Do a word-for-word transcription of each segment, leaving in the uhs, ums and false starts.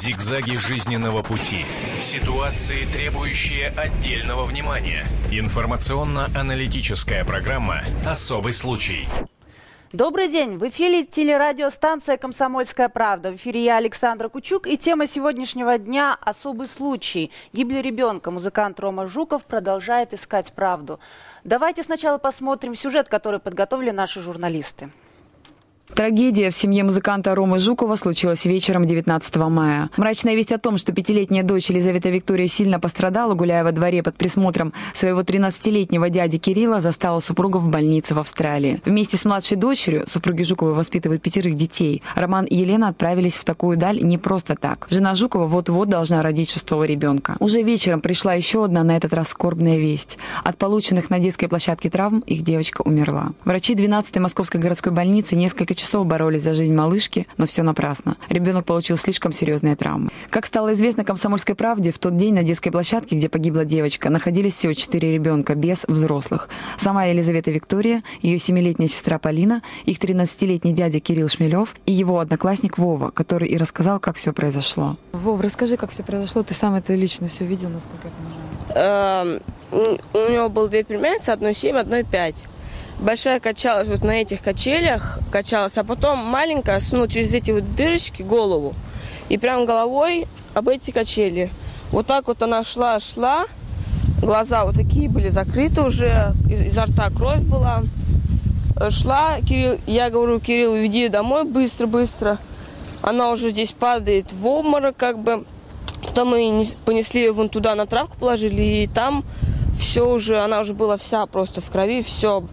Зигзаги жизненного пути. Ситуации, требующие отдельного внимания. Информационно-аналитическая программа «Особый случай». Добрый день! В эфире телерадиостанция «Комсомольская правда». В эфире я, Александра Кучук, и тема сегодняшнего дня – «Особый случай». Гибель ребенка. Музыкант Рома Жуков продолжает искать правду. Давайте сначала посмотрим сюжет, который подготовили наши журналисты. Трагедия в семье музыканта Ромы Жукова случилась вечером девятнадцатого мая. Мрачная весть о том, что пятилетняя дочь Елизавета Виктория сильно пострадала, гуляя во дворе под присмотром своего тринадцатилетнего дяди Кирилла, застала супруга в больнице в Австралии. Вместе с младшей дочерью, супруги Жуковой воспитывают пятерых детей, Роман и Елена отправились в такую даль не просто так. Жена Жукова вот-вот должна родить шестого ребенка. Уже вечером пришла еще одна, на этот раз скорбная весть. От полученных на детской площадке травм их девочка умерла. Врачи двенадцатой Московской городской больницы несколько часов часов боролись за жизнь малышки, но все напрасно. Ребенок получил слишком серьезные травмы. Как стало известно «Комсомольской правде», в тот день на детской площадке, где погибла девочка, находились всего четыре ребенка, без взрослых. Сама Елизавета Виктория, ее семилетняя сестра Полина, их тринадцатилетний дядя Кирилл Шмелев и его одноклассник Вова, который и рассказал, как все произошло. Вов, расскажи, как все произошло. Ты сам это лично все видел, насколько я понимаю. У него было две племянницы, одной семь, одной пять. Большая качалась вот на этих качелях, качалась, а потом маленькая сунула через эти вот дырочки голову и прям головой об эти качели. Вот так вот она шла, шла, глаза вот такие были закрыты уже, изо рта кровь была. Шла, Кирилл, я говорю, Кирилл, веди ее домой быстро-быстро. Она уже здесь падает в обморок как бы. Потом мы понесли ее вон туда, на травку положили, и там все уже, она уже была вся просто в крови, все.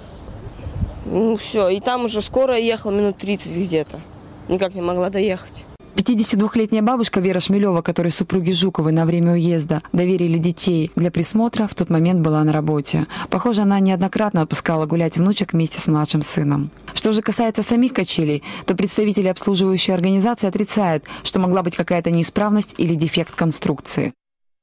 Ну все, и там уже скоро ехала минут тридцать где-то. Никак не могла доехать. пятидесятидвухлетняя бабушка Вера Шмелева, которой супруги Жуковой на время уезда доверили детей для присмотра, в тот момент была на работе. Похоже, она неоднократно отпускала гулять внучек вместе с младшим сыном. Что же касается самих качелей, то представители обслуживающей организации отрицают, что могла быть какая-то неисправность или дефект конструкции.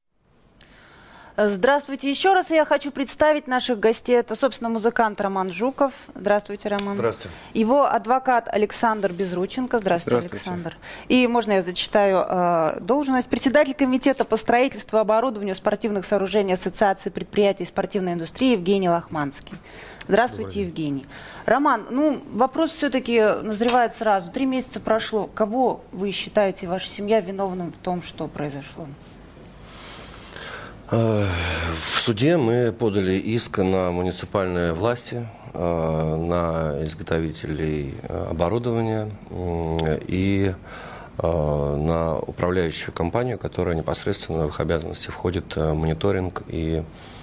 Здравствуйте еще раз. Я хочу представить наших гостей. Это, собственно, музыкант Роман Жуков. Здравствуйте, Роман. Здравствуйте. Его адвокат Александр Безрученко. Здравствуйте, Здравствуйте. Александр. И можно я зачитаю э, должность? Председатель комитета по строительству и оборудованию спортивных сооружений Ассоциации предприятий спортивной индустрии Евгений Лохманский. Здравствуйте, Евгений. Роман, ну, вопрос все-таки назревает сразу. Три месяца прошло. Кого вы считаете, ваша семья, виновным в том, что произошло? В суде мы подали иск на муниципальные власти, на изготовителей оборудования и на управляющую компанию, которая непосредственно в их обязанности входит мониторинг и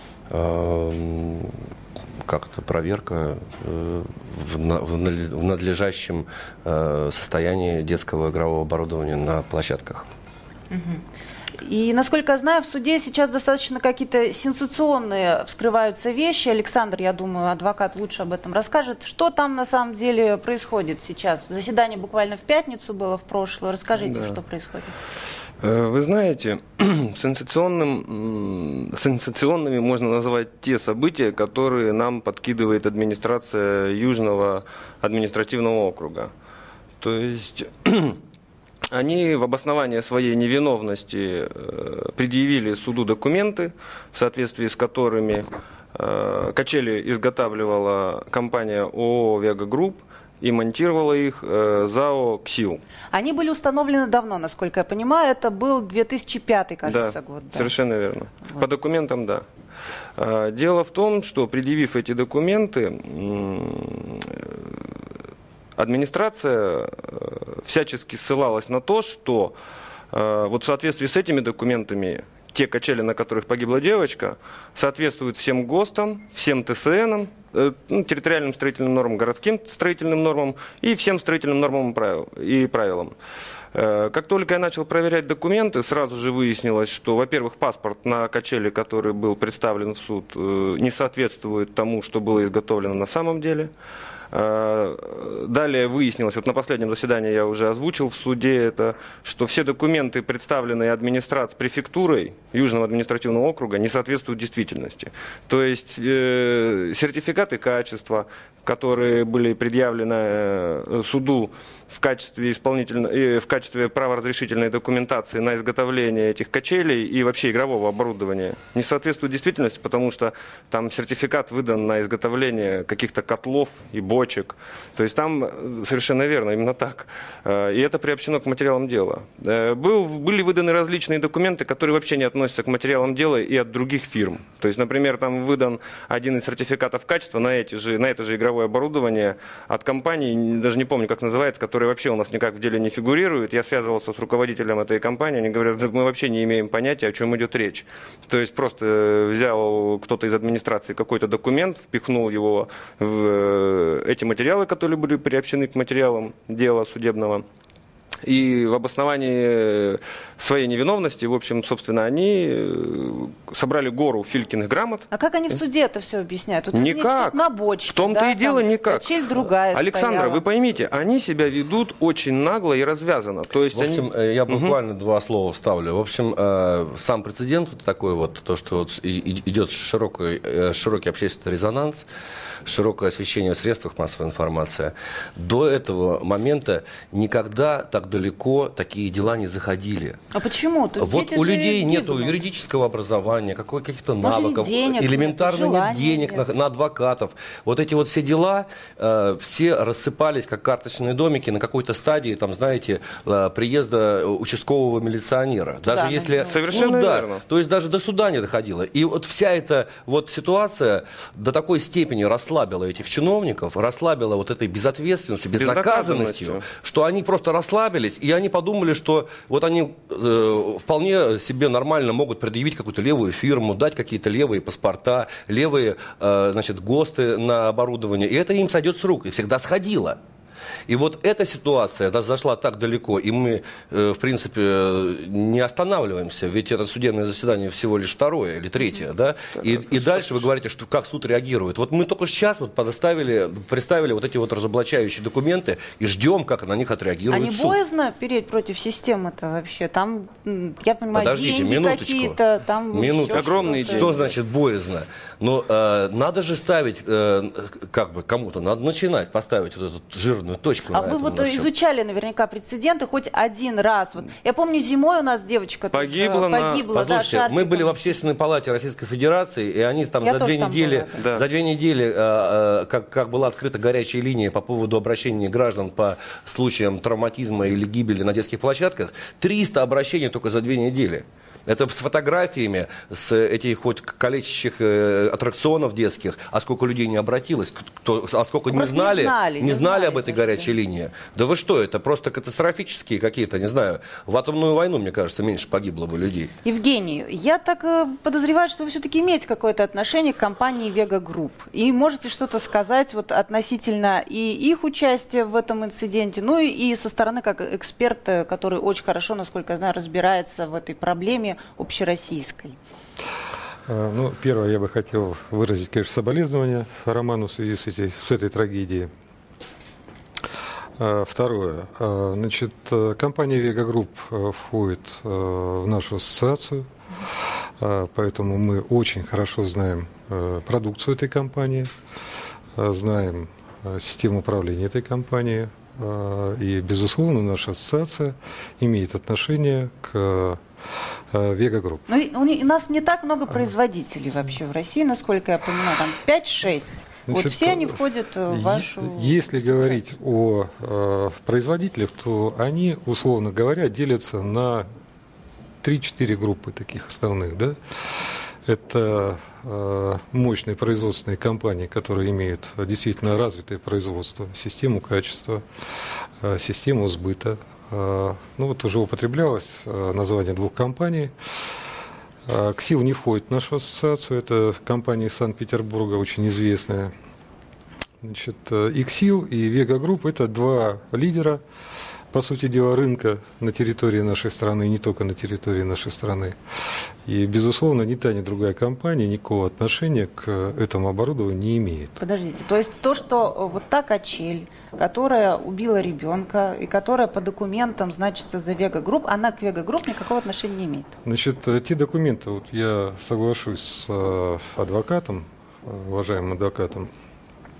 как-то проверка в надлежащем состоянии детского игрового оборудования на площадках. И, насколько я знаю, в суде сейчас достаточно какие-то сенсационные вскрываются вещи. Александр, я думаю, адвокат лучше об этом расскажет. Что там на самом деле происходит сейчас? Заседание буквально в пятницу было, в прошлую. Расскажите, да. Что происходит. Вы знаете, сенсационным, сенсационными можно назвать те события, которые нам подкидывает администрация Южного административного округа. То есть они в обоснование своей невиновности предъявили суду документы, в соответствии с которыми качели изготавливала компания ООО «Вега Групп» и монтировала их ЗАО «КСИЛ». Они были установлены давно, насколько я понимаю. Это был две тысячи пятый, кажется, да, год. Да, совершенно верно. Вот. По документам, да. Дело в том, что, предъявив эти документы, администрация всячески ссылалась на то, что э, вот в соответствии с этими документами те качели, на которых погибла девочка, соответствуют всем ГОСТам, всем ТСНам, э, ну, территориальным строительным нормам, городским строительным нормам и всем строительным нормам и правилам. Э, как только я начал проверять документы, сразу же выяснилось, что, во-первых, паспорт на качели, который был представлен в суд, э, не соответствует тому, что было изготовлено на самом деле. Далее выяснилось, вот на последнем заседании я уже озвучил в суде это, что все документы, представленные администрацией, префектурой Южного административного округа, не соответствуют действительности. То есть э, сертификаты качества, которые были предъявлены суду в качестве исполнительной, в качестве праворазрешительной документации на изготовление этих качелей и вообще игрового оборудования не соответствует действительности, потому что там сертификат выдан на изготовление каких-то котлов и бочек. То есть там совершенно верно, именно так. И это приобщено к материалам дела. Был, были выданы различные документы, которые вообще не относятся к материалам дела и от других фирм. То есть, например, там выдан один из сертификатов качества на, эти же, на это же игровое оборудование от компании, даже не помню, как называется, которая вообще у нас никак в деле не фигурирует. Я связывался с руководителем этой компании, они говорят, мы вообще не имеем понятия, о чем идет речь. То есть просто взял кто-то из администрации какой-то документ, впихнул его в эти материалы, которые были приобщены к материалам дела судебного. И в обосновании своей невиновности, в общем, собственно, они собрали гору Филькиных грамот. А как они в суде это все объясняют? Вот никак. На бочке, в том-то да, и дело никак. Качель другая Александра, стояла. вы поймите, они себя ведут очень нагло и развязано. То есть в общем, они... я буквально угу. два слова вставлю. В общем, сам прецедент вот такой вот, то, что вот идет широкий, широкий общественный резонанс, широкое освещение в средствах массовой информации. До этого момента никогда так далеко такие дела не заходили. А почему? Тут вот у людей нет гибнут. юридического образования, каких-то Может, навыков, денег элементарно нет, нет денег нет. На, на адвокатов. Вот эти вот все дела э, все рассыпались как карточные домики на какой-то стадии, там, знаете, э, приезда участкового милиционера. Даже да, если... ну, совершенно ну, да, верно. то есть даже до суда не доходило. И вот вся эта вот ситуация до такой степени расслабила этих чиновников, расслабила вот этой безответственностью, безнаказанностью, безнаказанностью. что они просто расслабились, и они подумали, что вот они э, вполне себе нормально могут предъявить какую-то левую фирму, дать какие-то левые паспорта, левые, э, значит, ГОСТы на оборудование, и это им сойдет с рук, и всегда сходило. И вот эта ситуация зашла так далеко, и мы, э, в принципе, не останавливаемся, ведь это судебное заседание всего лишь второе или третье, да? И, и дальше вы говорите, что как суд реагирует. Вот мы только сейчас вот предоставили, представили вот эти вот разоблачающие документы и ждем, как на них отреагирует а не суд. боязно переть против системы-то вообще? Там, я понимаю, Подождите, деньги минуточку. какие-то, там Минуточку. Огромные что-то. Что значит боязно? Но э, надо же ставить, э, как бы кому-то, надо начинать поставить вот эту жирную точку. А вы вот изучали наверняка прецеденты хоть один раз. Вот, я помню, зимой у нас девочка погибла. Тоже, погибла на... Послушайте, да, мы были в Общественной палате Российской Федерации, и они там я за две там недели, была, да. за две недели, э, э, как, как была открыта горячая линия по поводу обращения граждан по случаям травматизма или гибели на детских площадках, триста обращений только за две недели. Это с фотографиями, с этих хоть калечащих э, аттракционов детских, а сколько людей не обратилось, кто, а сколько не знали, не знали, не не знали знали об этой даже, горячей да. линии. Да вы что, это просто катастрофические какие-то, не знаю, в атомную войну, мне кажется, меньше погибло бы людей. Евгений, я так э, подозреваю, что вы все-таки имеете какое-то отношение к компании Vega Group. И можете что-то сказать вот относительно и их участия в этом инциденте, ну и, и со стороны как эксперта, который очень хорошо, насколько я знаю, разбирается в этой проблеме общероссийской. Ну, первое, я бы хотел выразить, конечно, соболезнования Роману в связи с этой, с этой трагедией. Второе. Значит, компания Vega Group входит в нашу ассоциацию, поэтому мы очень хорошо знаем продукцию этой компании, знаем систему управления этой компании, и, безусловно, наша ассоциация имеет отношение к Vega Group. Но у нас не так много производителей вообще в России, насколько я понимаю, там пять-шесть. Вот все они входят в вашу... Если говорить о э, производителях, то они, условно говоря, делятся на три-четыре группы таких основных. Да? Это э, мощные производственные компании, которые имеют действительно развитое производство, систему качества, э, систему сбыта. Э, ну вот уже употреблялось э, название двух компаний. КСИЛ не входит в нашу ассоциацию, это компания из Санкт-Петербурга, очень известная. Значит, и КСИЛ, и Vega Group – это два лидера, по сути дела, рынка на территории нашей страны, и не только на территории нашей страны. И, безусловно, ни та, ни другая компания никакого отношения к этому оборудованию не имеет. Подождите, то есть то, что вот та качель, которая убила ребенка и которая по документам значится за Vega Group, она к Vega Group никакого отношения не имеет? Значит, те документы, вот я соглашусь с адвокатом, уважаемым адвокатом,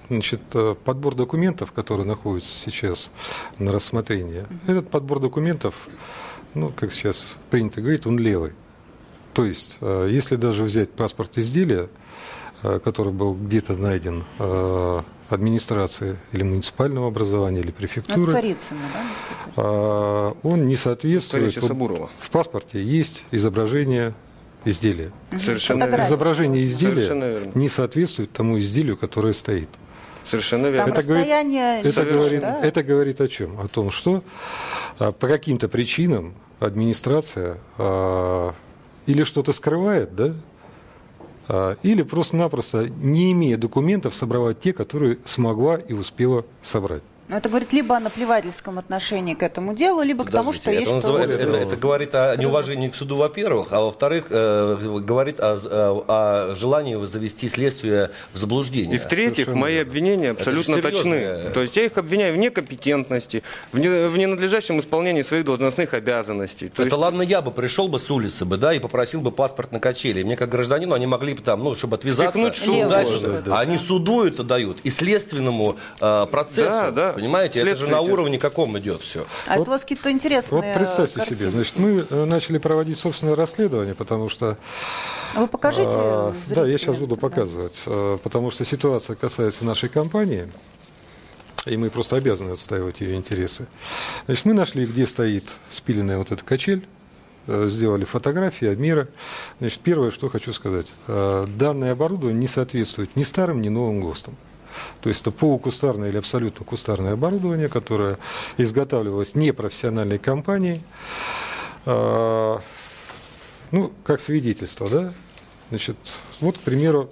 значит, подбор документов, который находится сейчас на рассмотрении, mm-hmm. этот подбор документов, ну, как сейчас принято говорить, он левый. То есть, если даже взять паспорт изделия, который был где-то найден администрации или муниципального образования, или префектуры, Царицына, да, он не соответствует. Вот, в паспорте есть изображение изделия. Совершенно верно. Изображение изделия не соответствует тому изделию, которое стоит. Совершенно верно. Это говорит, это, говорит, да? это говорит о чем? О том, что по каким-то причинам администрация а, или что-то скрывает, да, а, или просто-напросто, не имея документов, собрала те, которые смогла и успела собрать. Но это говорит либо о наплевательском отношении к этому делу, либо к тому, что это есть называет, что-то. Это, это говорит о неуважении к суду, во-первых, а во-вторых, э, говорит о, о, о желании завести следствие в заблуждение. И в-третьих, мои обвинения абсолютно точны. То есть я их обвиняю в некомпетентности, в, не, в ненадлежащем исполнении своих должностных обязанностей. То это есть... ладно, я бы пришел бы с улицы бы, да, и попросил бы паспорт на качели. Мне как гражданину они могли бы там, ну, чтобы отвязаться, дальше, да, да. А они суду это дают и следственному э, процессу, да, да. Понимаете, это же на уровне каком идет все. А вот, это у вас какие-то интересные Вот представьте картины. себе, значит, мы начали проводить собственное расследование, потому что... Вы покажите а, зрителям. Да, я сейчас буду показывать, а, потому что ситуация касается нашей компании, и мы просто обязаны отстаивать ее интересы. Значит, мы нашли, где стоит спиленная вот эта качель, сделали фотографии, обмеры. Значит, первое, что хочу сказать. Данное оборудование не соответствует ни старым, ни новым ГОСТам. То есть это полукустарное или абсолютно кустарное оборудование, которое изготавливалось непрофессиональной компанией. Ну, как свидетельство, да? Значит, вот, к примеру...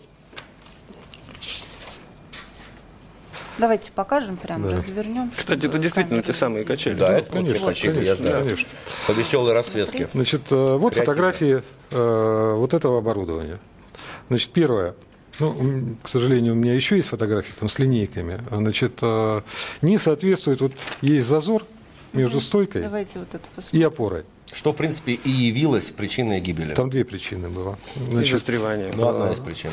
Давайте покажем, прямо да. развернем. Кстати, это действительно те самые качели. Да, да? это конечно, качели, конечно, я знаю. конечно. По веселой расцветке. Значит, вот креативно. Фотографии э, вот этого оборудования. Значит, первое. Ну, к сожалению, у меня еще есть фотографии там с линейками. Значит, э, не соответствует, вот есть зазор между стойкой Давайте вот это и опорой. Что, в принципе, и явилось причиной гибели. Там две причины было. Значит, и застревание. Ну, одна из причин.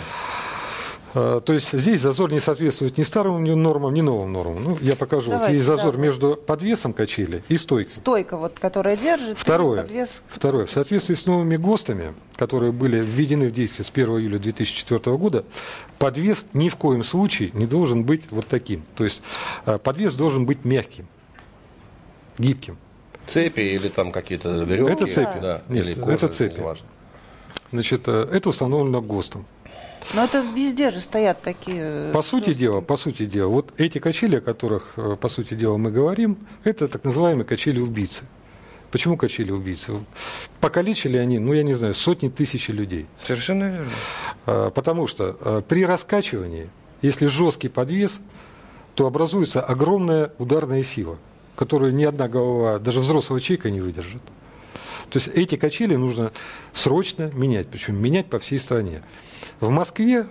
То есть здесь зазор не соответствует ни старым нормам, ни новым нормам. Ну, я покажу. Давайте, вот есть зазор да. между подвесом качели и стойкой. Стойка, вот, которая держит. Второе. Подвес. Второе. В соответствии с новыми ГОСТами, которые были введены в действие с первого июля две тысячи четвёртого года, подвес ни в коем случае не должен быть вот таким. То есть подвес должен быть мягким, гибким. Цепи или там какие-то веревки? Это цепи. Да. Нет, или кожа, это цепи. Значит, это установлено ГОСТом. Но это везде же стоят такие... По сути жесткие. дела, по сути дела, вот эти качели, о которых, по сути дела, мы говорим, это так называемые качели-убийцы. Почему качели-убийцы? Покалечили они, ну, я не знаю, сотни тысяч людей. Совершенно верно. Потому что при раскачивании, если жесткий подвес, то образуется огромная ударная сила, которую ни одна голова, даже взрослого человека не выдержит. То есть эти качели нужно срочно менять, причем менять по всей стране. В Москве,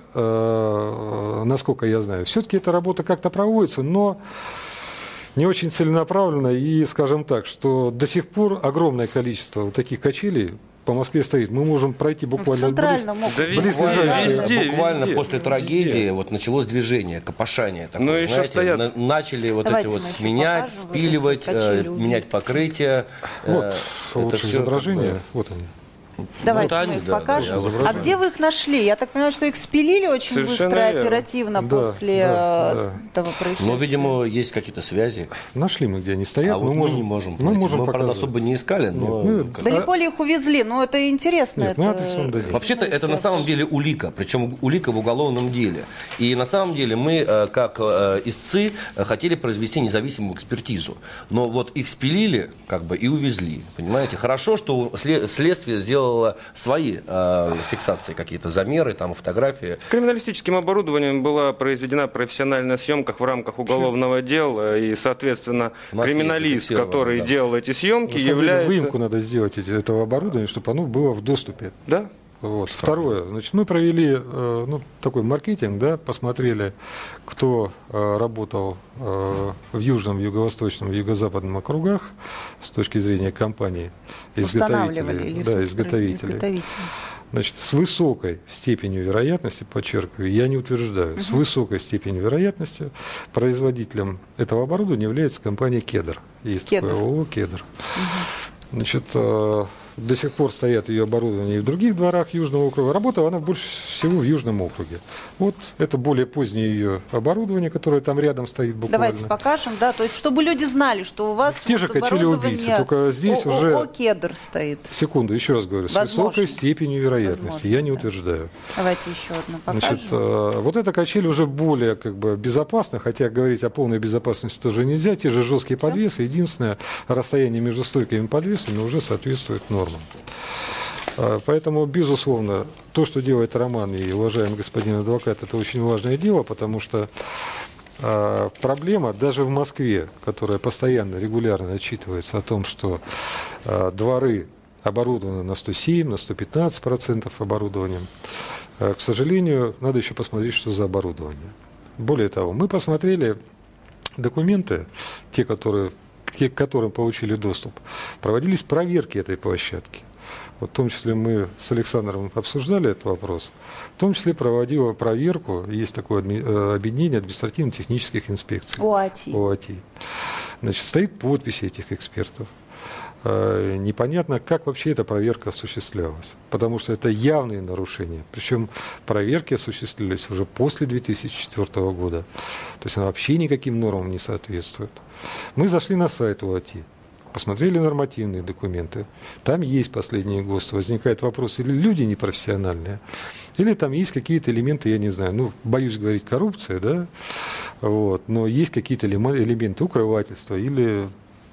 э, насколько я знаю, все-таки эта работа как-то проводится, но не очень целенаправленно. И, скажем так, что до сих пор огромное количество вот таких качелей по Москве стоит. Мы можем пройти буквально близ, да близлежащие. везде, буквально везде. после трагедии вот началось движение, копошание. Такое, Но еще знаете, стоят. на- начали вот Давайте эти вот мы еще сменять, покажем вот спиливать, эти качели, э, менять покрытие. Вот Э, лучшее всё изображение. как бы- Вот они. Давайте Ну, мы они, их да, покажем. да, А где вы их нашли? Я так понимаю, что их спилили очень Совершенно быстро и верно. оперативно Да, после да, э, да. этого происшествия. Ну, видимо, есть какие-то связи. Нашли мы, где они стоят. А вот мы можем, не можем. Мы понимаете. можем мы, правда, показать. особо не искали, но... Нет, мы- как- Далеко ли их увезли? Ну, это интересно. Нет, это... мы адрес вам дадим. Вообще-то это на самом деле улика, причем улика в уголовном деле. И на самом деле мы, э, как э, истцы, э, хотели произвести независимую экспертизу. Но вот их спилили как бы и увезли. Понимаете? Хорошо, что след- следствие сделало свои э, фиксации, какие-то замеры, там, фотографии. Криминалистическим оборудованием была произведена профессиональная съемка в рамках уголовного дела, и, соответственно, У нас есть криминалист, зафиксировано, который да. делал эти съемки, На самом деле, является... выемку надо сделать эти- этого оборудования, чтобы оно было в доступе. Да? Вот. Второе, значит, мы провели э, ну, такой маркетинг, да, посмотрели, кто э, работал э, в южном, юго-восточном, юго-западном округах с точки зрения компаний, изготовителей. Да, изготовителей. изготовителей. Значит, с высокой степенью вероятности, подчеркиваю, я не утверждаю, uh-huh. с высокой степенью вероятности производителем этого оборудования является компания «Кедр». Есть Кедр. Такое ООО «Кедр». Uh-huh. Значит, э, до сих пор стоят ее оборудование и в других дворах Южного округа. Работала она больше всего в Южном округе. Вот это более позднее ее оборудование, которое там рядом стоит буквально. Давайте покажем, да, то есть чтобы люди знали, что у вас те же качели-убийцы, только здесь О- уже... О- «Кедр» стоит. Секунду, еще раз говорю, Возможно. С высокой степенью вероятности, Возможно, я не да. утверждаю. Давайте еще одну покажем. Значит, вот эта качель уже более как бы безопасна, хотя говорить о полной безопасности тоже нельзя. Те же жесткие Все? подвесы, единственное, расстояние между стойками и подвесами уже соответствует нормам. Поэтому, безусловно, то, что делает Роман и уважаемый господин адвокат, это очень важное дело, потому что э, проблема даже в Москве, которая постоянно, регулярно отчитывается о том, что э, дворы оборудованы на сто семь, на сто пятнадцать процентов оборудованием, э, к сожалению, надо еще посмотреть, что за оборудование. Более того, мы посмотрели документы, те, которые, те, к которым получили доступ, проводились проверки этой площадки. Вот, в том числе мы с Александром обсуждали этот вопрос. В том числе проводила проверку, есть такое объединение административно-технических инспекций. ОАТИ. ОАТИ. Значит, стоит подпись этих экспертов. Непонятно, как вообще эта проверка осуществлялась. Потому что это явные нарушения. Причем проверки осуществлялись уже после две тысячи четвёртого года. То есть она вообще никаким нормам не соответствует. Мы зашли на сайт ОАТИ. Посмотрели нормативные документы. Там есть последние ГОСТы. Возникает вопрос, или люди непрофессиональные, или там есть какие-то элементы, я не знаю, ну, боюсь говорить, коррупция, да, вот, но есть какие-то элементы укрывательства или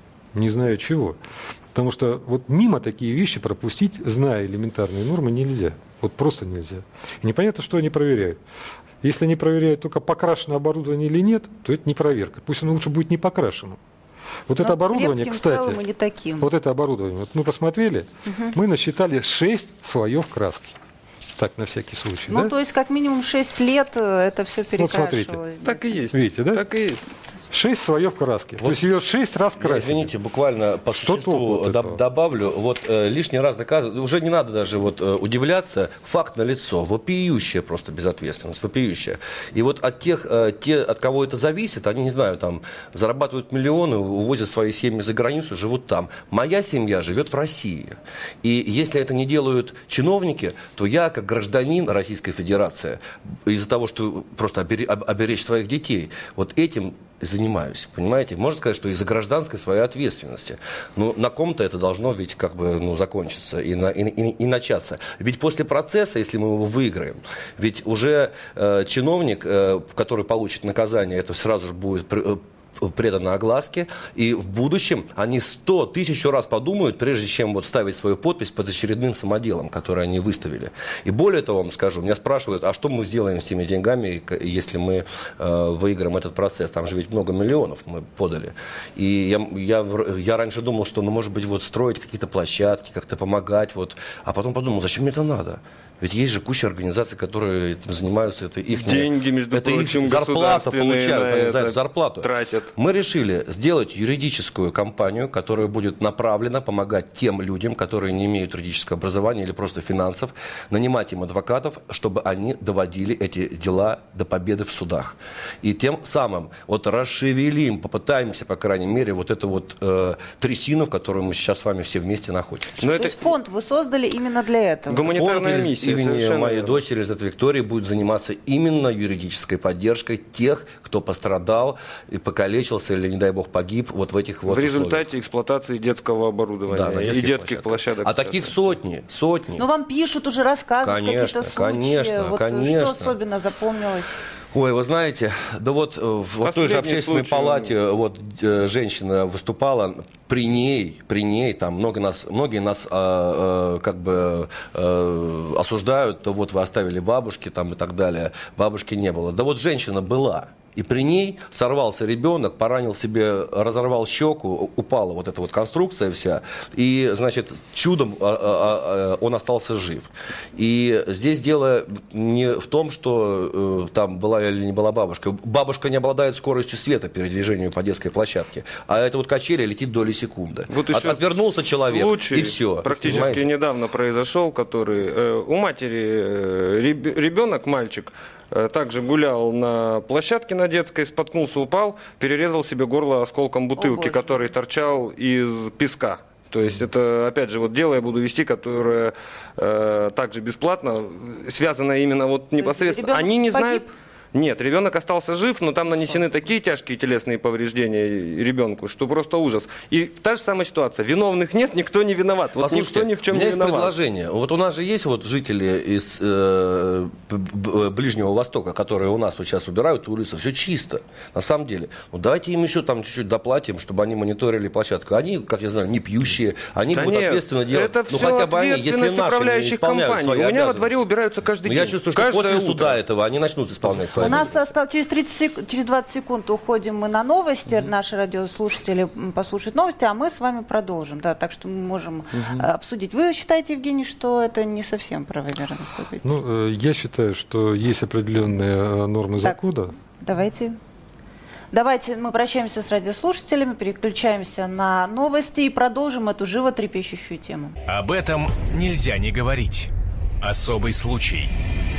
не знаю чего. Потому что вот мимо такие вещи пропустить, зная элементарные нормы, нельзя. Вот просто нельзя. И непонятно, что они проверяют. Если они проверяют только покрашено оборудование или нет, то это не проверка. Пусть оно лучше будет не покрашено. Вот Но это оборудование, кстати, не таким. вот это оборудование, вот мы посмотрели, угу. мы насчитали шесть слоев краски. Так, на всякий случай. Ну, да? то есть, как минимум шесть лет это все перекрашивалось. Вот смотрите. Так и есть. Видите, да? Так и есть. Шесть слоев краски. Вот. То есть ее шесть раз красили. Извините, буквально по существу вот доб- добавлю. Вот э, лишний раз доказывать, уже не надо даже вот, э, удивляться, факт налицо, вопиющая просто безответственность, вопиющая. И вот от тех, э, те, от кого это зависит, они, не знаю, там, зарабатывают миллионы, увозят свои семьи за границу, живут там. Моя семья живет в России. И если это не делают чиновники, то я, как гражданин Российской Федерации, из-за того, что просто оберечь своих детей, вот этим занимаюсь, понимаете? Можно сказать, что из-за гражданской своей ответственности. Но на ком-то это должно ведь как бы ну, закончиться и, на, и, и, и начаться. Ведь после процесса, если мы его выиграем, ведь уже э, чиновник, э, который получит наказание, это сразу же будет э, предано огласке, и в будущем они сто тысяч раз подумают, прежде чем вот ставить свою подпись под очередным самоделом, который они выставили. И более того, вам скажу, меня спрашивают, а что мы сделаем с теми деньгами, если мы э, выиграем этот процесс? Там же ведь много миллионов мы подали. И я, я, я раньше думал, что, ну, может быть, вот строить какие-то площадки, как-то помогать, вот. А потом подумал, зачем мне это надо? Ведь есть же куча организаций, которые этим занимаются, это их деньги, между это прочим, их зарплата получают, они за зарплату. Тратят. Мы решили сделать юридическую компанию, которая будет направлена помогать тем людям, которые не имеют юридического образования или просто финансов, нанимать им адвокатов, чтобы они доводили эти дела до победы в судах. И тем самым вот расшевелим, попытаемся, по крайней мере, вот эту вот э, трясину, в которой мы сейчас с вами все вместе находимся. Но То это... есть фонд вы создали именно для этого? Гуманитарная миссия. Имени моей дочери Елизаветы Виктории будет заниматься именно юридической поддержкой тех, кто пострадал и покалечился или, не дай бог, погиб вот в этих вот в результате условиях. Эксплуатации детского оборудования да, детских и детских площадок. площадок. А таких сотни, сотни. Но вам пишут, уже рассказывают конечно, какие-то случаи. Конечно, вот конечно. Что особенно запомнилось? Ой, вы знаете, да вот в той же общественной случай. палате вот, женщина выступала, при ней, при ней, там много нас, многие нас а, а, как бы а, осуждают, то вот вы оставили бабушки там и так далее, бабушки не было. Да вот женщина была. И при ней сорвался ребенок, поранил себе, разорвал щеку, упала вот эта вот конструкция вся. И, значит, чудом он остался жив. И здесь дело не в том, что там была или не была бабушка. Бабушка не обладает скоростью света передвижению по детской площадке. А эта вот качеля летит доли секунды. Вот От, отвернулся человек, и все. Практически понимаете? Недавно произошел, который э, у матери э, ребенок, мальчик, э, также гулял на площадке на детской, споткнулся, упал, перерезал себе горло осколком бутылки, который торчал из песка. То есть это, опять же, вот дело я буду вести, которое э, также бесплатно, связано именно вот непосредственно. Они не погиб? знают... Нет, ребенок остался жив, но там нанесены такие тяжкие телесные повреждения ребенку, что просто ужас. И та же самая ситуация. Виновных нет, никто не виноват. Вот никто ни в чем у меня не есть виноват. предложение. Вот у нас же есть вот жители из э, Ближнего Востока, которые у нас вот сейчас убирают улицы, все чисто. На самом деле. Ну давайте им еще там чуть-чуть доплатим, чтобы они мониторили площадку. Они, как я знаю, не пьющие, они да будут нет, ответственно делать. Это ну все хотя бы они, если наши не исполняют компаний. свои У меня обязанности. во дворе убираются каждый Но день. я чувствую, что Каждое после утро. суда этого они начнут исполнять свои У нас обязанности. осталось через тридцать секунд, через двадцать секунд уходим мы на новости. Mm-hmm. Наши радиослушатели послушают новости, а мы с вами продолжим. Да, так что мы можем mm-hmm. обсудить. Вы считаете, Евгений, что это не совсем правомерно? Ну, я считаю, что есть определенные нормы так, закона. Давайте. Давайте мы прощаемся с радиослушателями, переключаемся на новости и продолжим эту животрепещущую тему. Об этом нельзя не говорить. Особый случай.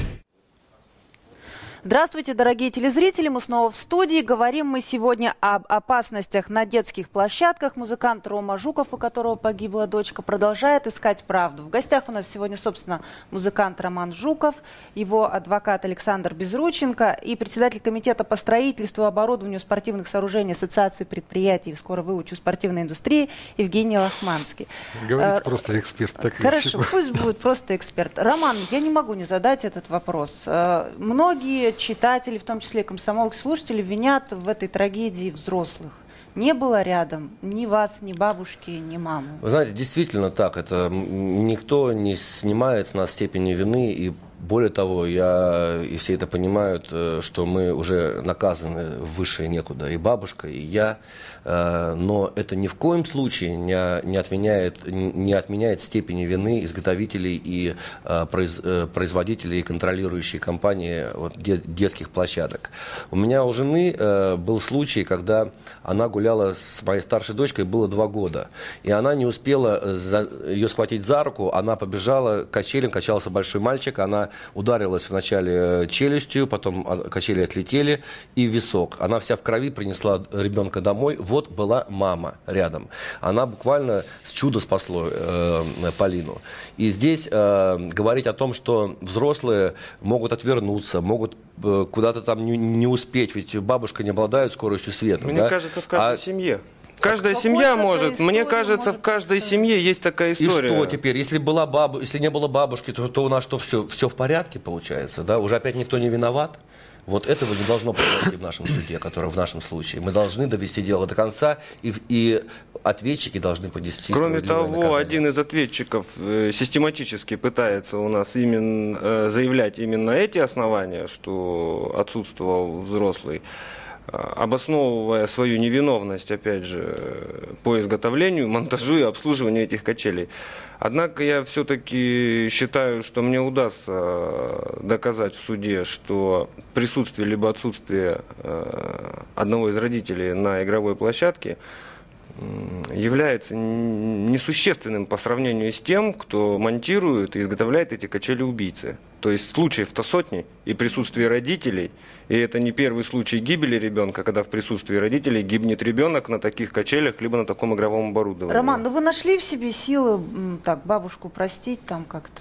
Здравствуйте, дорогие телезрители, мы снова в студии. Говорим мы сегодня об опасностях на детских площадках. Музыкант Рома Жуков, у которого погибла дочка, продолжает искать правду. В гостях у нас сегодня, собственно, музыкант Роман Жуков, его адвокат Александр Безрученко и председатель комитета по строительству и оборудованию спортивных сооружений Ассоциации предприятий, скоро выучу, спортивной индустрии Евгений Лохманский. Говорите а, просто эксперт. Так хорошо, пусть будет просто эксперт. Роман, я не могу не задать этот вопрос. Многие читатели, в том числе комсомолки, слушатели, винят в этой трагедии взрослых. Не было рядом ни вас, ни бабушки, ни мамы. Вы знаете, действительно так. Это никто не снимает с нас степени вины. И более того, я, и все это понимают, что мы уже наказаны выше некуда. И бабушка, и я. Но это ни в коем случае не, не, отменяет, не отменяет степени вины изготовителей и произ, производителей и контролирующей компании вот, детских площадок. У меня у жены был случай, когда она гуляла с моей старшей дочкой, было два года. И она не успела за, ее схватить за руку, она побежала к качелям, качался большой мальчик, она ударилась вначале челюстью, потом качели отлетели, и висок. Она вся в крови, принесла ребенка домой. Вот была мама рядом. Она буквально с чудо спасло э, Полину. И здесь э, говорить о том, что взрослые могут отвернуться, могут э, куда-то там не, не успеть, ведь бабушка не обладает скоростью света. Мне да? кажется, в каждой а... семье. Каждая семья может, мне кажется, в каждой семье есть такая история. И что теперь? Если, была бабу, если не было бабушки, то, то у нас что, все, все в порядке получается? Да? Уже опять никто не виноват? Вот этого не должно произойти в нашем суде, который в нашем случае. Мы должны довести дело до конца, и, и ответчики должны понести справедливое наказание. Кроме того, один из ответчиков систематически пытается у нас именно, заявлять именно эти основания, что отсутствовал взрослый, обосновывая свою невиновность, опять же, по изготовлению, монтажу и обслуживанию этих качелей. Однако я все-таки считаю, что мне удастся доказать в суде, что присутствие либо отсутствие одного из родителей на игровой площадке является несущественным по сравнению с тем, кто монтирует и изготовляет эти качели-убийцы. То есть случаев-то сотни, и присутствие родителей, и это не первый случай гибели ребенка, когда в присутствии родителей гибнет ребенок на таких качелях, либо на таком игровом оборудовании. Роман, ну вы нашли в себе силы так бабушку простить, там как-то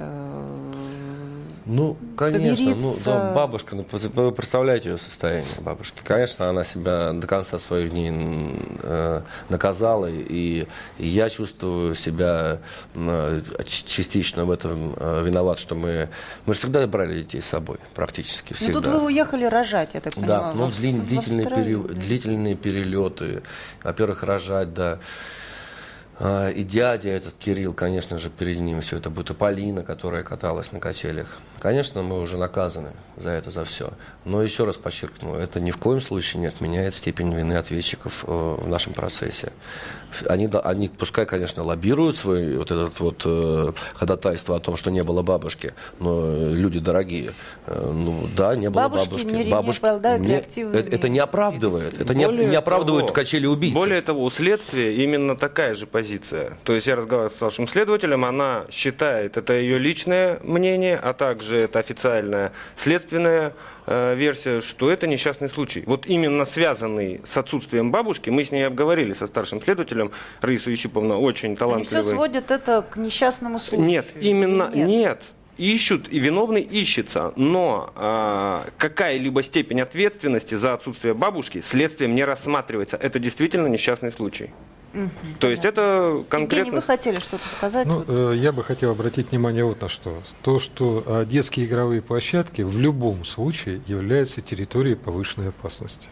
Ну, конечно, ну, помириться? да, бабушка, ну, вы представляете ее состояние бабушки. Конечно, она себя до конца своих дней э, наказала, и, и я чувствую себя э, частично в этом э, виноват, что мы, мы же всегда брали детей с собой, практически всегда. Ну, тут вы уехали рожать, я так понимаю. Да, ну, длин, длительные, пере, длительные перелеты, во-первых, рожать, да. И дядя этот Кирилл, конечно же, перед ним все это будет. И Полина, которая каталась на качелях. Конечно, мы уже наказаны за это, за все. Но еще раз подчеркну, это ни в коем случае не отменяет степень вины ответчиков в нашем процессе. Они, они пускай, конечно, лоббируют свой вот этот вот э, ходатайство о том, что не было бабушки, но люди дорогие, э, ну да, не было бабушки. бабушки. Не, Бабуш... не не, это, это не оправдывает. Это не, не оправдывает качели убийцы. Более того, у следствия именно такая же позиция. То есть я разговаривал с старшим следователем, она считает, это ее личное мнение, а также это официальная следственная э, версия, что это несчастный случай. Вот именно связанный с отсутствием бабушки, мы с ней обговорили со старшим следователем, Раиса Юсуповна очень талантливая. Они все сводят это к несчастному случаю. Нет, именно нет. нет. Ищут, и виновный ищется, но э, какая-либо степень ответственности за отсутствие бабушки следствием не рассматривается. Это действительно несчастный случай. Угу, То есть это конкретно... Евгений, вы хотели что-то сказать? Ну, э, я бы хотел обратить внимание вот на что. То, что э, детские игровые площадки в любом случае являются территорией повышенной опасности.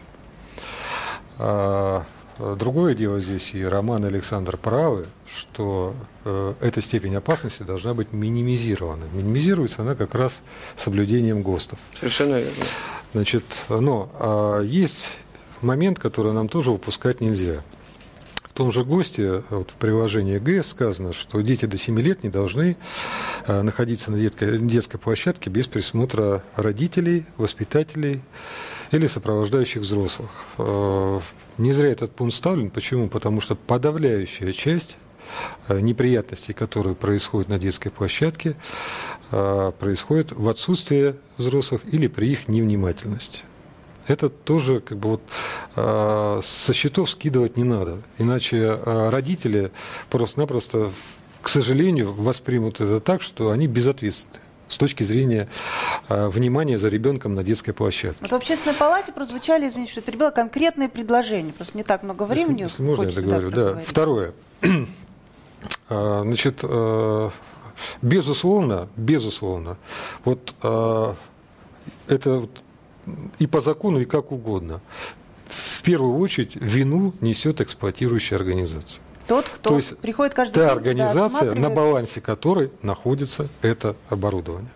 А, другое дело здесь, и Роман и Александр правы, что э, эта степень опасности должна быть минимизирована. Минимизируется она как раз соблюдением ГОСТов. Совершенно верно. Значит, но а, есть момент, который нам тоже упускать нельзя. В том же ГОСТе, вот в приложении Г сказано, что дети до семи лет не должны а, находиться на детской, детской площадке без присмотра родителей, воспитателей или сопровождающих взрослых. А, не зря этот пункт вставлен. Почему? Потому что подавляющая часть неприятностей, которые происходят на детской площадке, происходят в отсутствии взрослых или при их невнимательности. Это тоже как бы вот, э, со счетов скидывать не надо. Иначе э, родители просто-напросто, к сожалению, воспримут это так, что они безответственны с точки зрения э, внимания за ребенком на детской площадке. Вот в Общественной палате прозвучали, извините, что перебила, конкретные предложения. Просто не так много времени. Если, если можно, я договорю. Да. Второе. Значит, э, безусловно, безусловно, вот э, это вот и по закону, и как угодно. В первую очередь вину несет эксплуатирующая организация. Тот, кто То есть приходит каждый та день, организация, на балансе которой находится это оборудование.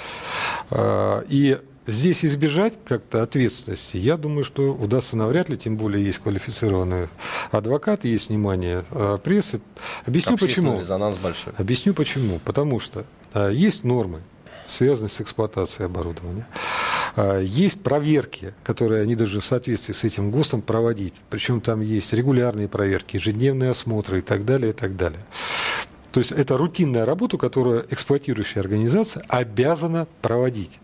И здесь избежать как-то ответственности, я думаю, что удастся навряд ли, тем более есть квалифицированные адвокаты, есть внимание прессы. Объясню почему. Резонанс большой. Объясню почему. Потому что есть нормы, связанные с эксплуатацией оборудования. Есть проверки, которые они должны в соответствии с этим ГОСТом проводить. Причем там есть регулярные проверки, ежедневные осмотры и так далее, и так далее. То есть это рутинная работа, которую эксплуатирующая организация обязана проводить.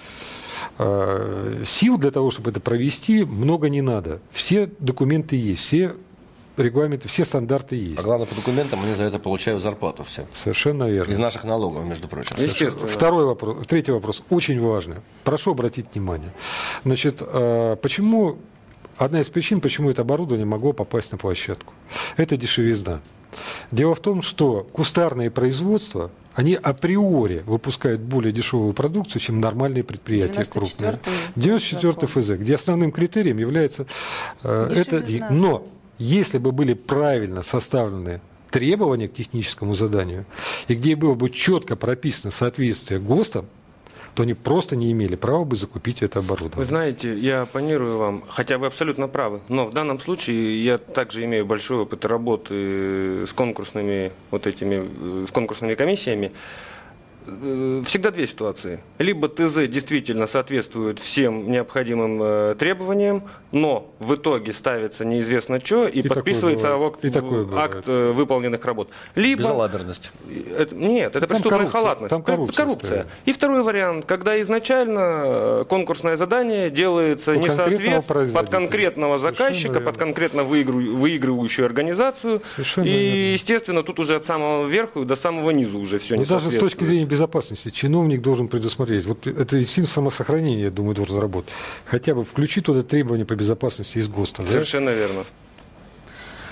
Сил для того, чтобы это провести, много не надо. Все документы есть, все регламенты, все стандарты есть. А главное, по документам они за это получают зарплату все. Совершенно верно. Из наших налогов, между прочим. Естественно. Второй вопрос, третий вопрос, очень важный. Прошу обратить внимание. Значит, почему, одна из причин, почему это оборудование могло попасть на площадку, это дешевизна. Дело в том, что кустарные производства, они априори выпускают более дешевую продукцию, чем нормальные предприятия крупные. девяносто четвёртый эф зэ, где основным критерием является э, это. Но если бы были правильно составлены требования к техническому заданию, и где было бы четко прописано соответствие ГОСТам, то они просто не имели права бы закупить это оборудование. Вы знаете, я оппонирую вам, хотя вы абсолютно правы, но в данном случае я также имею большой опыт работы с конкурсными, вот этими, с конкурсными комиссиями. Всегда две ситуации. Либо ТЗ действительно соответствует всем необходимым э, требованиям, но в итоге ставится неизвестно что и, и подписывается акт, и акт э, выполненных работ. Либо... Безалаберность. Это, нет, это там преступная коррупция, халатность. Там коррупция. коррупция. И второй вариант, когда изначально конкурсное задание делается не соответственно под конкретного заказчика, под конкретно выигру, выигрывающую организацию. Совершенно и, верно. Естественно, тут уже от самого верху до самого низу уже все не соответствует. Даже с точки зрения безопасности чиновник должен предусмотреть. Вот это инстинкт самосохранения, я думаю, должен работать. Хотя бы включить туда требования по безопасности из ГОСТа. Совершенно да? верно.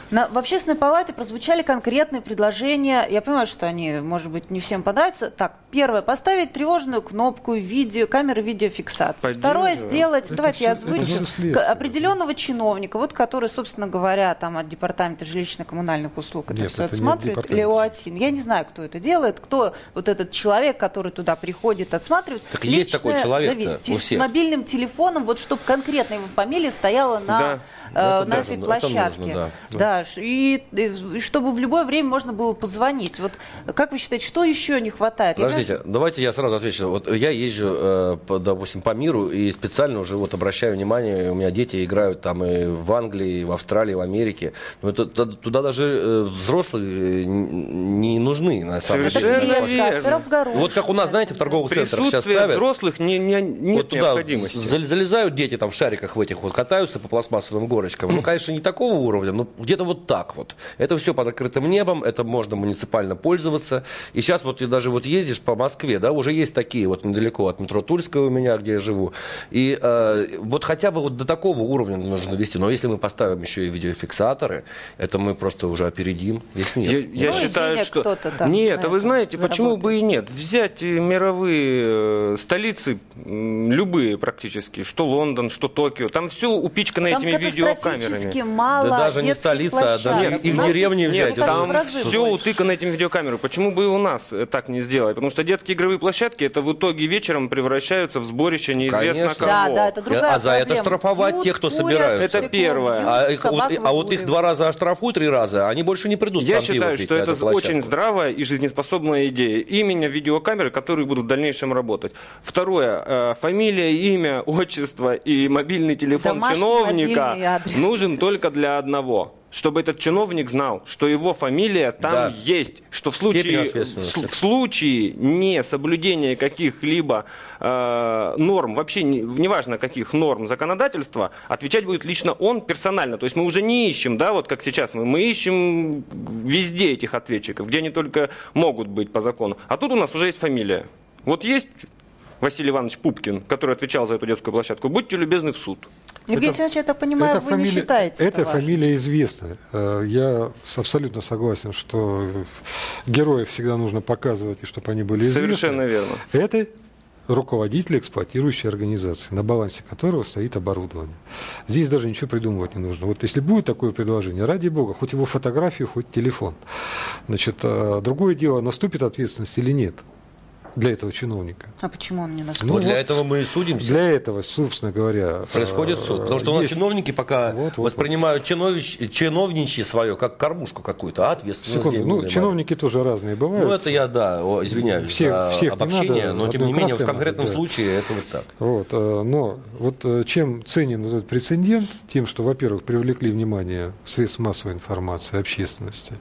На, в общественной палате прозвучали конкретные предложения. Я понимаю, что они, может быть, не всем понравятся. Так, первое, поставить тревожную кнопку видео, камеры видеофиксации. Второе, сделать, это давайте я озвучу, определенного чиновника, вот который, собственно говоря, там от департамента жилищно-коммунальных услуг это Нет, все это отсматривает, Леуатин. Я не знаю, кто это делает, кто вот этот человек, который туда приходит, отсматривает. Так есть такой человек у всех. С мобильным телефоном, вот чтобы конкретно его фамилия стояла на... Да. на это этой нужно, площадке. Нужно, да. Да, и, и чтобы в любое время можно было позвонить. Вот как вы считаете, что еще не хватает? Подождите, я даже... давайте я сразу отвечу. Вот я езжу, э, по, допустим, по миру и специально уже вот обращаю внимание, у меня дети играют там и в Англии, и в Австралии, и в Америке. Но это, туда, туда даже э, взрослые не нужны, на самом Совершенно деле. верно. Вот как у нас, знаете, в торговых центрах сейчас ставят. Взрослых не, не, нет вот туда необходимости. Залезают дети там в шариках в этих вот, катаются по пластмассовым городам. Ну, конечно, не такого уровня, но где-то вот так вот. Это все под открытым небом, это можно муниципально пользоваться. И сейчас вот ты даже вот ездишь по Москве, да, уже есть такие вот недалеко от метро Тульского у меня, где я живу. И э, вот хотя бы вот до такого уровня нужно вести. Но если мы поставим еще и видеофиксаторы, это мы просто уже опередим весь мир. Я, я ну, считаю, что... Там нет, а вы знаете, заработает. Почему бы и нет? Взять мировые столицы, любые практически, что Лондон, что Токио, там все упичкано там этими видеокамерами. Мало да даже не столица, а даже нет, их деревни взять. Нет, там все утыкано этими видеокамерами. Почему бы и у нас так не сделать? Потому что детские игровые площадки, это в итоге вечером превращаются в сборище неизвестно Конечно. кого. Да, да, это другая а за проблема. это штрафовать Бьют, тех, кто курят, собираются. Это первое. А, их, вот, а вот их два раза оштрафуют, три раза, они больше не придут. Я считаю, что это очень здравая и жизнеспособная идея. Именно видеокамеры, которые будут в дальнейшем работать. Второе. Фамилия, имя, отчество и мобильный телефон Домашний чиновника нужен только для одного. Чтобы этот чиновник знал, что его фамилия там да. есть, что в случае, в, в случае несоблюдения каких-либо э, норм, вообще не, неважно каких норм законодательства, отвечать будет лично он персонально. То есть мы уже не ищем, да, вот как сейчас мы, мы ищем везде этих ответчиков, где они только могут быть по закону. А тут у нас уже есть фамилия. Вот есть Василий Иванович Пупкин, который отвечал за эту детскую площадку. Будьте любезны в суд. Евгений Алексеевич, я так понимаю, вы фамилия, не считаете эта это фамилия известна. Я абсолютно согласен, что героев всегда нужно показывать, и чтобы они были известны. Совершенно верно. Это руководитель эксплуатирующей организации, на балансе которого стоит оборудование. Здесь даже ничего придумывать не нужно. Вот если будет такое предложение, ради бога, хоть его фотографию, хоть телефон. Значит, другое дело, наступит ответственность или нет для этого чиновника. А почему он не наступит? Ну, ну, для вот этого мы и судимся. Для этого, собственно говоря, происходит суд. Потому что у нас есть... чиновники пока вот, вот, воспринимают чинович... чиновничье свое как кормушку какую-то, а ответственность. Секунду, ну, чиновники тоже разные бывают. Ну, это я, да, о, извиняюсь всех, за всех обобщение, надо, но, тем не менее, в конкретном да. случае это вот так. Вот, но вот чем ценен этот прецедент, тем, что, во-первых, привлекли внимание средств массовой информации, общественности,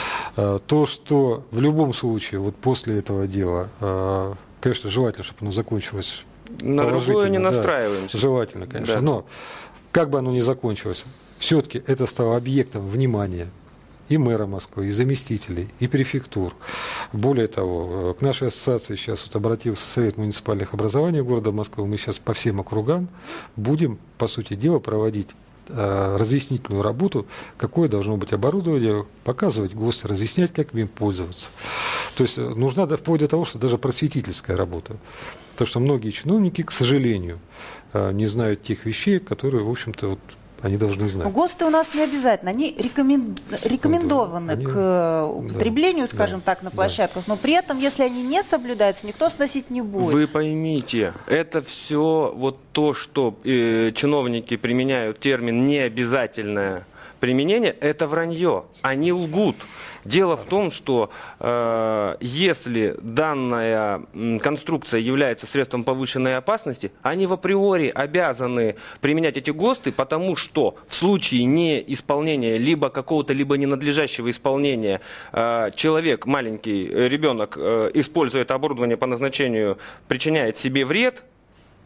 то, что в любом случае, вот после этого дела, конечно, желательно, чтобы оно закончилось на другое не настраиваемся. Да, желательно, конечно. Да. Но как бы оно ни закончилось, все-таки это стало объектом внимания и мэра Москвы, и заместителей, и префектур. Более того, к нашей ассоциации сейчас вот обратился Совет муниципальных образований города Москвы. Мы сейчас по всем округам будем, по сути дела, проводить разъяснительную работу, какое должно быть оборудование, показывать ГОСТы, разъяснять, как им пользоваться. То есть нужна вплоть до того, что даже просветительская работа. Потому что многие чиновники, к сожалению, не знают тех вещей, которые, в общем-то, вот, они должны знать. ГОСТы у нас не обязательно, они рекомен... рекомендованы они... к употреблению, да, скажем да, так, на площадках, да. Но при этом, если они не соблюдаются, никто сносить не будет. Вы поймите, это все вот то, что э, чиновники применяют термин «необязательное применение», это вранье, они лгут. Дело в том, что э, если данная конструкция является средством повышенной опасности, они в априори обязаны применять эти ГОСТы, потому что в случае неисполнения либо какого-то, либо ненадлежащего исполнения э, человек, маленький ребенок, э, используя это оборудование по назначению, причиняет себе вред,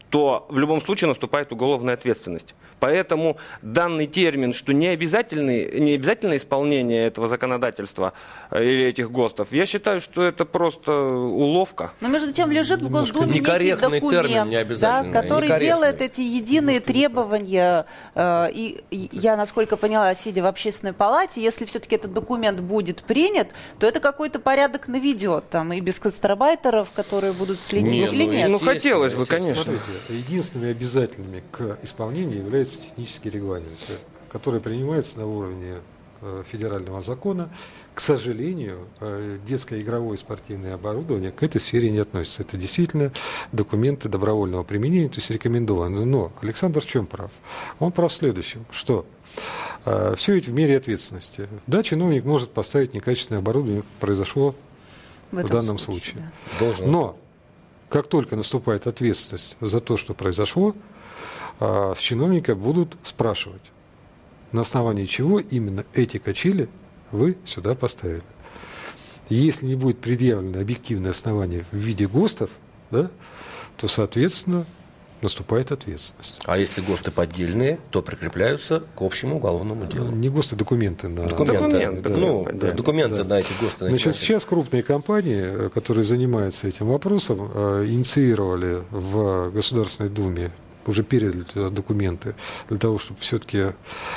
то в любом случае наступает уголовная ответственность. Поэтому данный термин, что не, обязательный, не обязательное исполнение этого законодательства или этих ГОСТов, я считаю, что это просто уловка. Но между тем лежит в Госдуме некий документ, да, который делает эти единые требования. Э, и, и я, насколько поняла, сидя в общественной палате, если все-таки этот документ будет принят, то это какой-то порядок наведет. Там, и без гастарбайтеров, которые будут следить, нет, или ну, нет? Ну, хотелось бы, конечно. Смотрите, единственными обязательными к исполнению являются технические регламенты, которые принимаются на уровне э, федерального закона. К сожалению, э, детское игровое спортивное оборудование к этой сфере не относится. Это действительно документы добровольного применения, то есть рекомендованы. Но Александр в чем прав? Он прав в следующем, что э, все ведь в мере ответственности. Да, чиновник может поставить некачественное оборудование, произошло в, в данном случае. случае. Да. Должен. Но как только наступает ответственность за то, что произошло, с чиновника будут спрашивать, на основании чего именно эти качели вы сюда поставили. Если не будет предъявлено объективное основание в виде ГОСТов, да, то, соответственно, наступает ответственность. А если ГОСТы поддельные, то прикрепляются к общему уголовному делу. Не ГОСТы, документы. На... Документы, документы, да, ну, да, документы да. на эти ГОСТы. Значит, сейчас крупные компании, которые занимаются этим вопросом, инициировали в Государственной Думе, уже передали туда документы для того, чтобы все-таки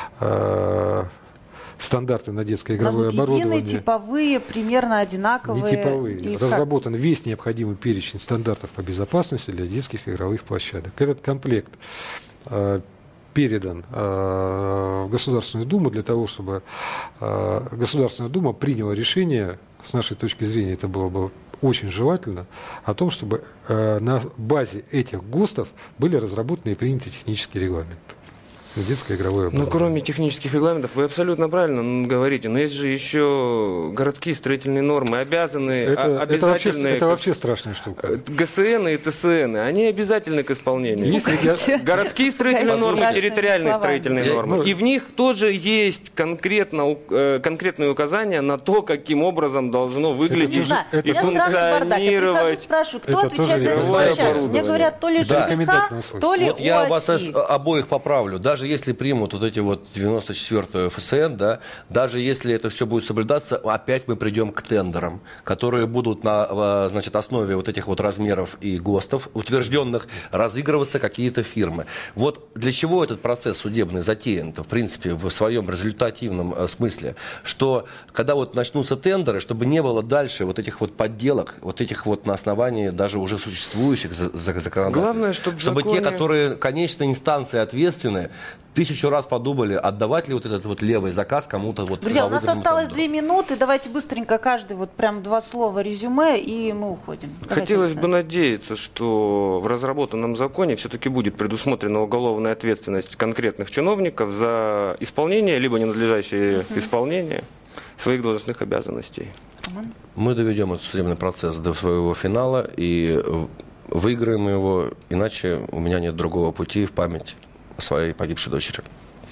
э, стандарты на детское игровое оборудование... Единые, типовые, примерно одинаковые. Не типовые. Разработан как? Весь необходимый перечень стандартов по безопасности для детских игровых площадок. Этот комплект э, передан э, в Государственную Думу для того, чтобы э, Государственная Дума приняла решение, с нашей точки зрения это было бы очень желательно, о том, чтобы э, на базе этих ГОСТов были разработаны и приняты технические регламенты. Детское игровое оборудование. Ну, кроме технических регламентов, вы абсолютно правильно говорите, но есть же еще городские строительные нормы, обязаны, это, обязательные... Это вообще, это вообще страшная штука. ГСН и ТСН, они обязательны к исполнению. Если я... Городские строительные нормы, территориальные строительные я, нормы. Ну, и в них тоже есть конкретно, конкретные указания на то, каким образом должно выглядеть это, и функционировать. Я спрашиваю, кто отвечает за это? Мне говорят, то ли ЖКХ, то ли ОАТИ. Я вас обоих поправлю. Даже если примут вот эти вот девяносто четвёртую эф эс эн, да, даже если это все будет соблюдаться, опять мы придем к тендерам, которые будут на, значит, основе вот этих вот размеров и ГОСТов утвержденных разыгрываться какие-то фирмы. Вот для чего этот процесс судебный затеян-то, в принципе, в своем результативном смысле, что когда вот начнутся тендеры, чтобы не было дальше вот этих вот подделок, вот этих вот на основании даже уже существующих законодательств. Главное, чтобы, чтобы законе... те, которые конечные инстанции ответственны, тысячу раз подумали, отдавать ли вот этот вот левый заказ кому-то вот. Друзья, у нас осталось две минуты, давайте быстренько каждый вот прям два слова резюме, и мы уходим. Давайте, хотелось бы надеяться, что в разработанном законе все-таки будет предусмотрена уголовная ответственность конкретных чиновников за исполнение, либо ненадлежащее uh-huh. исполнение своих должностных обязанностей. Мы доведем этот судебный процесс до своего финала и выиграем его, иначе у меня нет другого пути в память о своей погибшей дочери.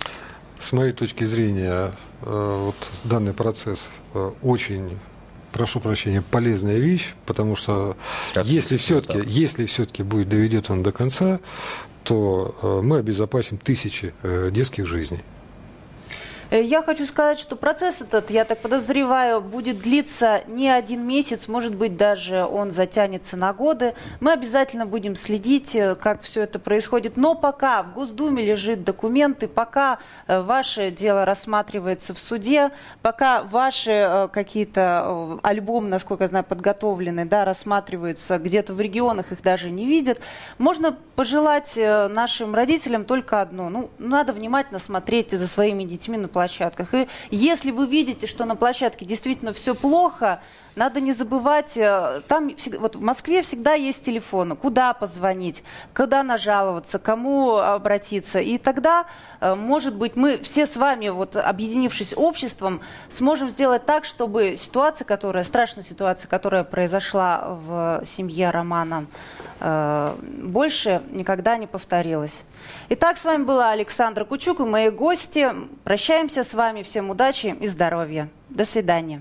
С моей точки зрения, вот данный процесс очень, прошу прощения, полезная вещь, потому что если все-таки, если все-таки будет доведен он до конца, то мы обезопасим тысячи детских жизней. Я хочу сказать, что процесс этот, я так подозреваю, будет длиться не один месяц, может быть, даже он затянется на годы. Мы обязательно будем следить, как все это происходит. Но пока в Госдуме лежит документы, пока ваше дело рассматривается в суде, пока ваши какие-то альбомы, насколько я знаю, подготовлены, да, рассматриваются где-то в регионах, их даже не видят, можно пожелать нашим родителям только одно. Ну, надо внимательно смотреть за своими детьми на площадках. И если вы видите, что на площадке действительно все плохо, надо не забывать, там вот в Москве всегда есть телефоны, куда позвонить, куда нажаловаться, кому обратиться. И тогда, может быть, мы все с вами, вот, объединившись обществом, сможем сделать так, чтобы ситуация, которая, страшная ситуация, которая произошла в семье Романа, больше никогда не повторилась. Итак, с вами была Александра Кучук и мои гости. Прощаемся с вами. Всем удачи и здоровья. До свидания.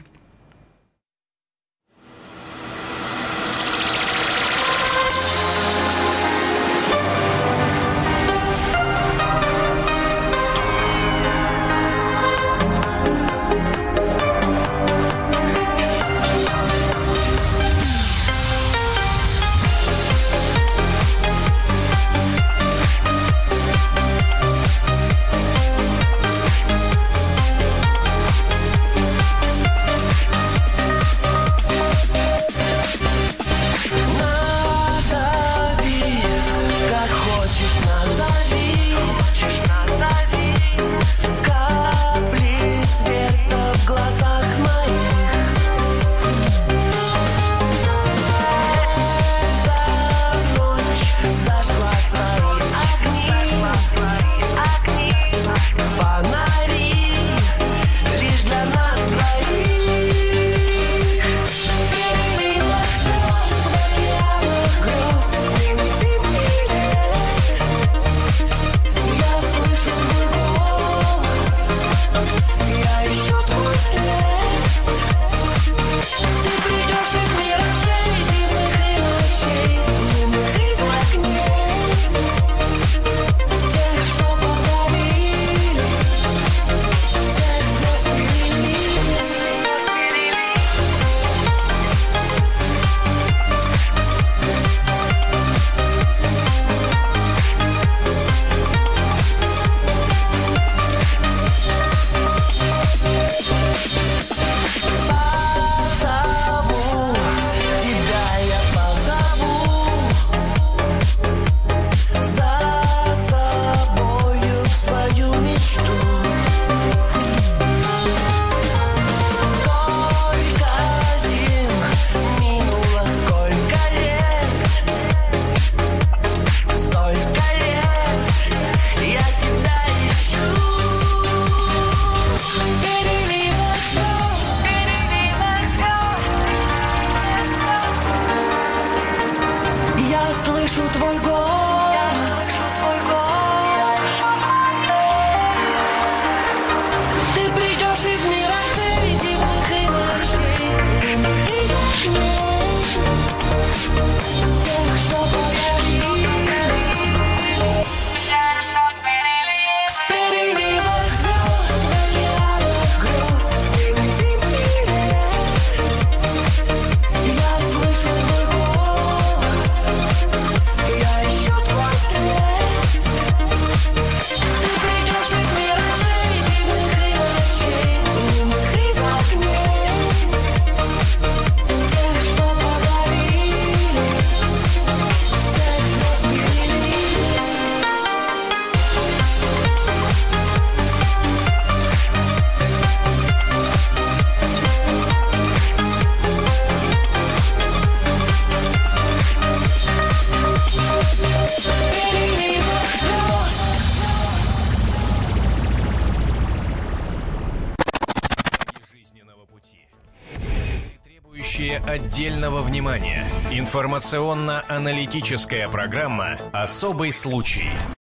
Я слышу твой голос. Ты придешь из миражей, дивных и ночей, дымных из окней, тех, что подарили. В переливах звезд, в океанах гроз, летим билет. Я слышу твой голос, я ищу твой след. Ты придешь из миражей, дивных и ночей, дымных из окней, тех, что подарили, всех звезд перелили. Переливах звезд. Жизненного пути, требующие отдельного внимания. Информационно-аналитическая программа «Особый случай».